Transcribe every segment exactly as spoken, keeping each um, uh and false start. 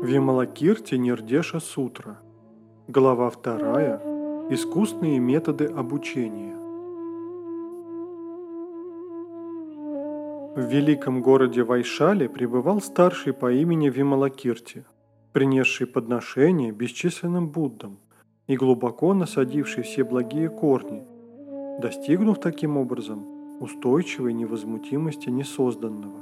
Вималакирти Нирдеша Сутра. Глава вторая. Искусные методы обучения. В великом городе Вайшали пребывал старший по имени Вималакирти, принесший подношения бесчисленным Буддам и глубоко насадивший все благие корни, достигнув таким образом устойчивой невозмутимости несозданного.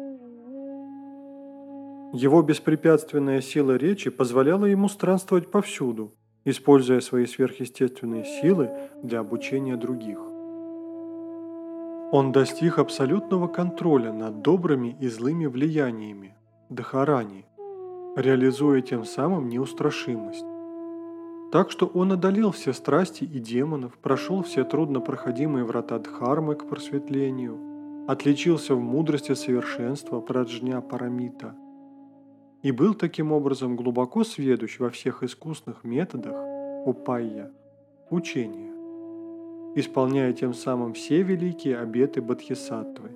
Его беспрепятственная сила речи позволяла ему странствовать повсюду, используя свои сверхъестественные силы для обучения других. Он достиг абсолютного контроля над добрыми и злыми влияниями, дхарани, реализуя тем самым неустрашимость. Так что он одолел все страсти и демонов, прошел все труднопроходимые врата дхармы к просветлению, отличился в мудрости совершенства праджня парамита и был таким образом глубоко сведущ во всех искусных методах упайя, учения, исполняя тем самым все великие обеты бодхисаттвы.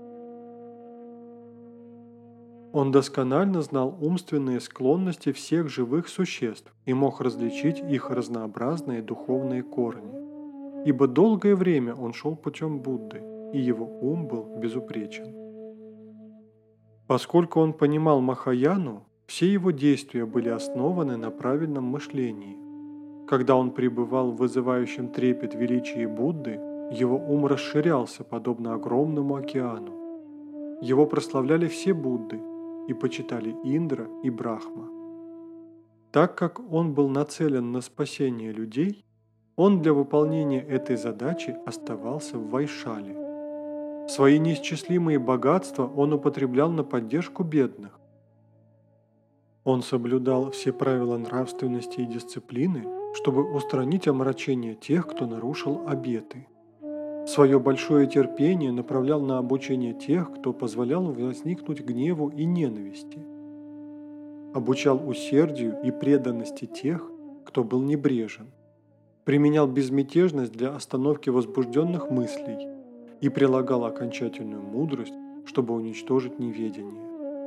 Он досконально знал умственные склонности всех живых существ и мог различить их разнообразные духовные корни, ибо долгое время он шел путем Будды, и его ум был безупречен. Поскольку он понимал Махаяну, все его действия были основаны на правильном мышлении. Когда он пребывал в вызывающем трепет величии Будды, его ум расширялся, подобно огромному океану. Его прославляли все Будды и почитали Индра и Брахма. Так как он был нацелен на спасение людей, он для выполнения этой задачи оставался в Вайшали. Свои неисчислимые богатства он употреблял на поддержку бедных. Он соблюдал все правила нравственности и дисциплины, чтобы устранить омрачение тех, кто нарушил обеты. Свое большое терпение направлял на обучение тех, кто позволял возникнуть гневу и ненависти. Обучал усердию и преданности тех, кто был небрежен. Применял безмятежность для остановки возбужденных мыслей и прилагал окончательную мудрость, чтобы уничтожить неведение.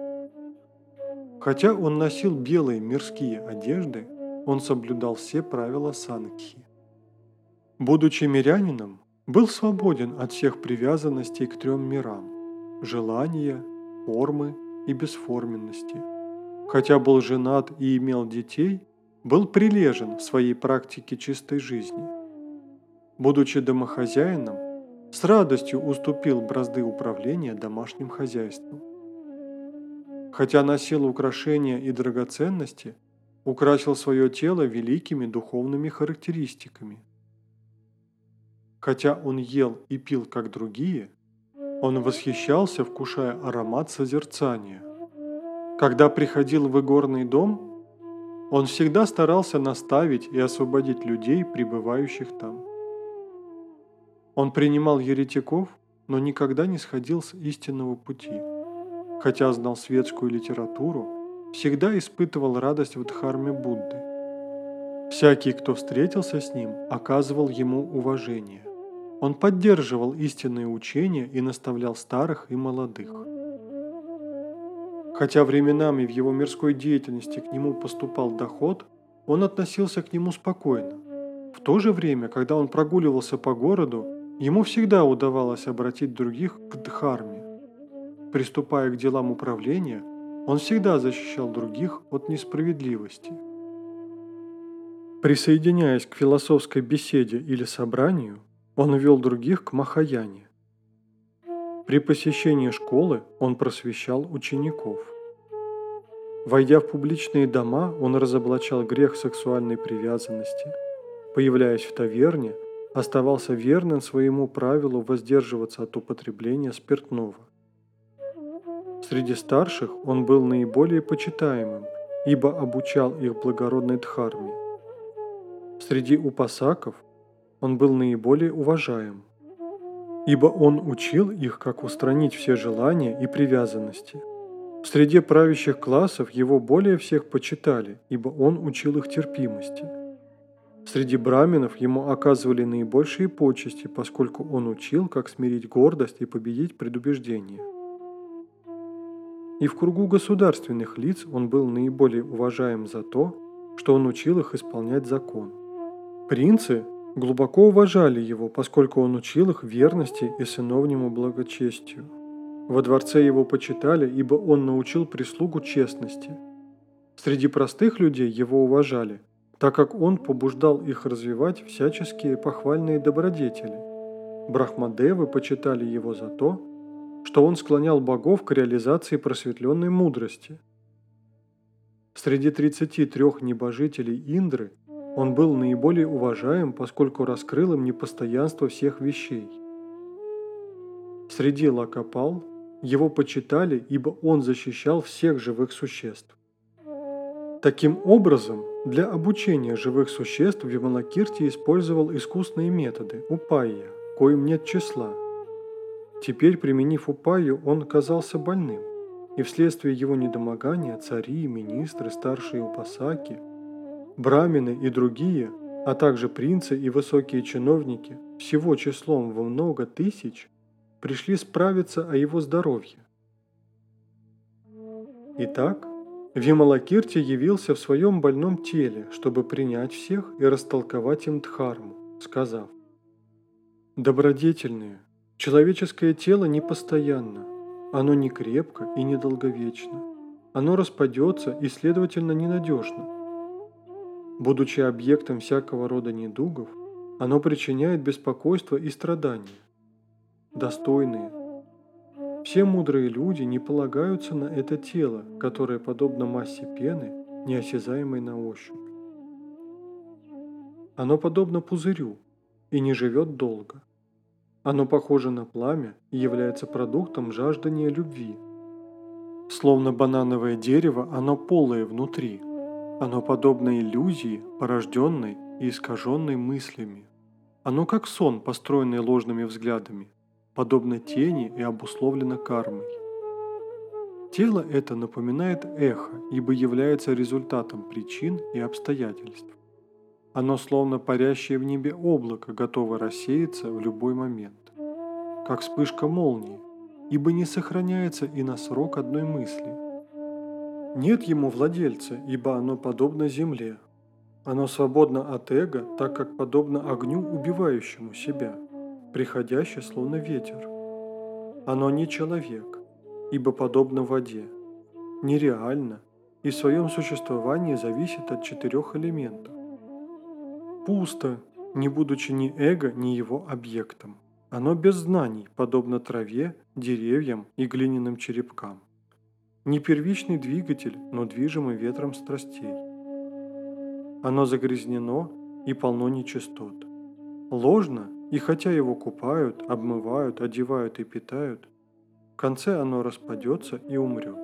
Хотя он носил белые мирские одежды, он соблюдал все правила сангхи. Будучи мирянином, был свободен от всех привязанностей к трем мирам – желания, формы и бесформенности. Хотя был женат и имел детей, был прилежен в своей практике чистой жизни. Будучи домохозяином, с радостью уступил бразды управления домашним хозяйством. Хотя носил украшения и драгоценности, украсил свое тело великими духовными характеристиками. Хотя он ел и пил, как другие, он восхищался, вкушая аромат созерцания. Когда приходил в игорный дом, он всегда старался наставить и освободить людей, пребывающих там. Он принимал еретиков, но никогда не сходил с истинного пути. Хотя знал светскую литературу, всегда испытывал радость в дхарме Будды. Всякий, кто встретился с ним, оказывал ему уважение. Он поддерживал истинные учения и наставлял старых и молодых. Хотя временами в его мирской деятельности к нему поступал доход, он относился к нему спокойно. В то же время, когда он прогуливался по городу, ему всегда удавалось обратить других к дхарме. Приступая к делам управления, он всегда защищал других от несправедливости. Присоединяясь к философской беседе или собранию, он вел других к Махаяне. При посещении школы он просвещал учеников. Войдя в публичные дома, он разоблачал грех сексуальной привязанности. Появляясь в таверне, оставался верным своему правилу воздерживаться от употребления спиртного. Среди старших он был наиболее почитаемым, ибо обучал их благородной дхарме. Среди упасаков он был наиболее уважаем, ибо он учил их, как устранить все желания и привязанности. В среде правящих классов его более всех почитали, ибо он учил их терпимости. Среди браминов ему оказывали наибольшие почести, поскольку он учил, как смирить гордость и победить предубеждение. И в кругу государственных лиц он был наиболее уважаем за то, что он учил их исполнять закон. Принцы глубоко уважали его, поскольку он учил их верности и сыновнему благочестию. Во дворце его почитали, ибо он научил прислугу честности. Среди простых людей его уважали, так как он побуждал их развивать всяческие похвальные добродетели. Брахмадевы почитали его за то, что он склонял богов к реализации просветленной мудрости. Среди тридцати трёх небожителей Индры он был наиболее уважаем, поскольку раскрыл им непостоянство всех вещей. Среди Локопал его почитали, ибо он защищал всех живых существ. Таким образом, для обучения живых существ Вималакирти использовал искусные методы – упайя, коим нет числа. Теперь, применив упайю, он казался больным, и вследствие его недомогания цари, министры, старшие упасаки, брамины и другие, а также принцы и высокие чиновники, всего числом во много тысяч, пришли справиться о его здоровье. Итак, Вималакирти явился в своем больном теле, чтобы принять всех и растолковать им дхарму, сказав: «Добродетельные, человеческое тело непостоянно, оно не крепко и недолговечно, оно распадется и, следовательно, ненадежно. Будучи объектом всякого рода недугов, оно причиняет беспокойство и страдания. Достойные, все мудрые люди не полагаются на это тело, которое подобно массе пены, неосязаемой на ощупь. Оно подобно пузырю и не живет долго. Оно похоже на пламя и является продуктом жаждания любви. Словно банановое дерево, оно полое внутри. Оно подобно иллюзии, порожденной и искаженной мыслями. Оно как сон, построенный ложными взглядами, подобно тени и обусловлено кармой. Тело это напоминает эхо, ибо является результатом причин и обстоятельств. Оно словно парящее в небе облако, готово рассеяться в любой момент, как вспышка молнии, ибо не сохраняется и на срок одной мысли. Нет ему владельца, ибо оно подобно земле. Оно свободно от эго, так как подобно огню, убивающему себя, приходящий словно ветер. Оно не человек, ибо подобно воде, нереально и в своем существовании зависит от четырех элементов. Пусто, не будучи ни эго, ни его объектом. Оно без знаний, подобно траве, деревьям и глиняным черепкам. Не первичный двигатель, но движимый ветром страстей. Оно загрязнено и полно нечистот. Ложно, и хотя его купают, обмывают, одевают и питают, в конце оно распадется и умрет.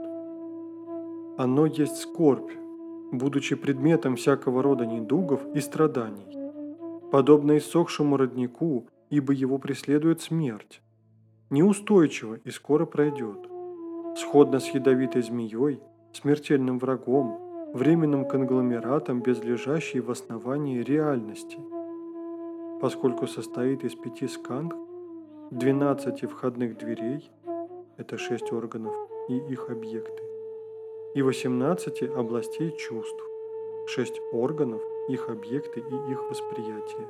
Оно есть скорбь, будучи предметом всякого рода недугов и страданий, подобно иссохшему роднику, ибо его преследует смерть, неустойчиво и скоро пройдет, сходно с ядовитой змеей, смертельным врагом, временным конгломератом без лежащей в основании реальности, поскольку состоит из пяти скандх, двенадцати входных дверей, это шесть органов и их объекты, и восемнадцати областей чувств, шесть органов, их объекты и их восприятие.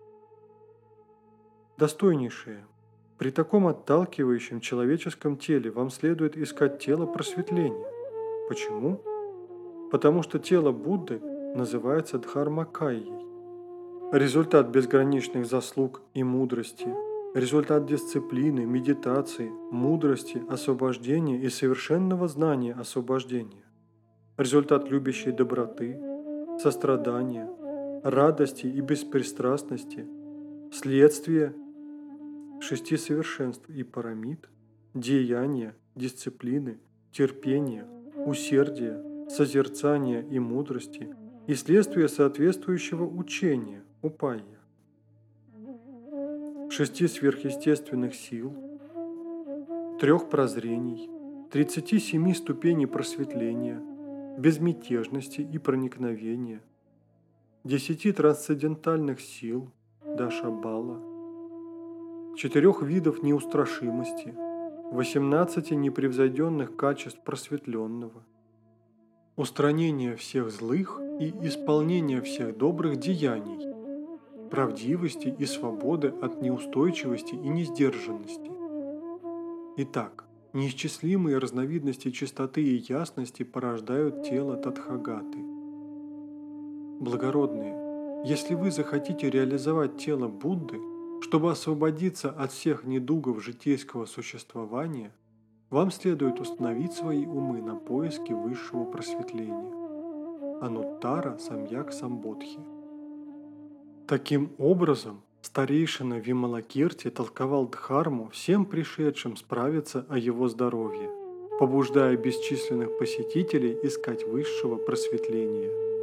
Достойнейшие, при таком отталкивающем человеческом теле вам следует искать тело просветления. Почему? Потому что тело Будды называется Дхармакайей. Результат безграничных заслуг и мудрости, результат дисциплины, медитации, мудрости, освобождения и совершенного знания освобождения, результат любящей доброты, сострадания, радости и беспристрастности, следствие шести совершенств и парамид, деяния, дисциплины, терпения, усердия, созерцания и мудрости и следствие соответствующего учения, упайя, шести сверхъестественных сил, трех прозрений, тридцати семи ступеней просветления, безмятежности и проникновения, десяти трансцендентальных сил, Даша Бала, четырех видов неустрашимости, восемнадцати непревзойденных качеств просветленного, устранение всех злых и исполнение всех добрых деяний, правдивости и свободы от неустойчивости и несдержанности. Итак, неисчислимые разновидности чистоты и ясности порождают тело Тадхагаты. Благородные, если вы захотите реализовать тело Будды, чтобы освободиться от всех недугов житейского существования, вам следует установить свои умы на поиски высшего просветления. Ануттара Самьяк Самбодхи. Таким образом, старейшина Вималакирти толковал Дхарму всем пришедшим справиться о его здоровье, побуждая бесчисленных посетителей искать высшего просветления.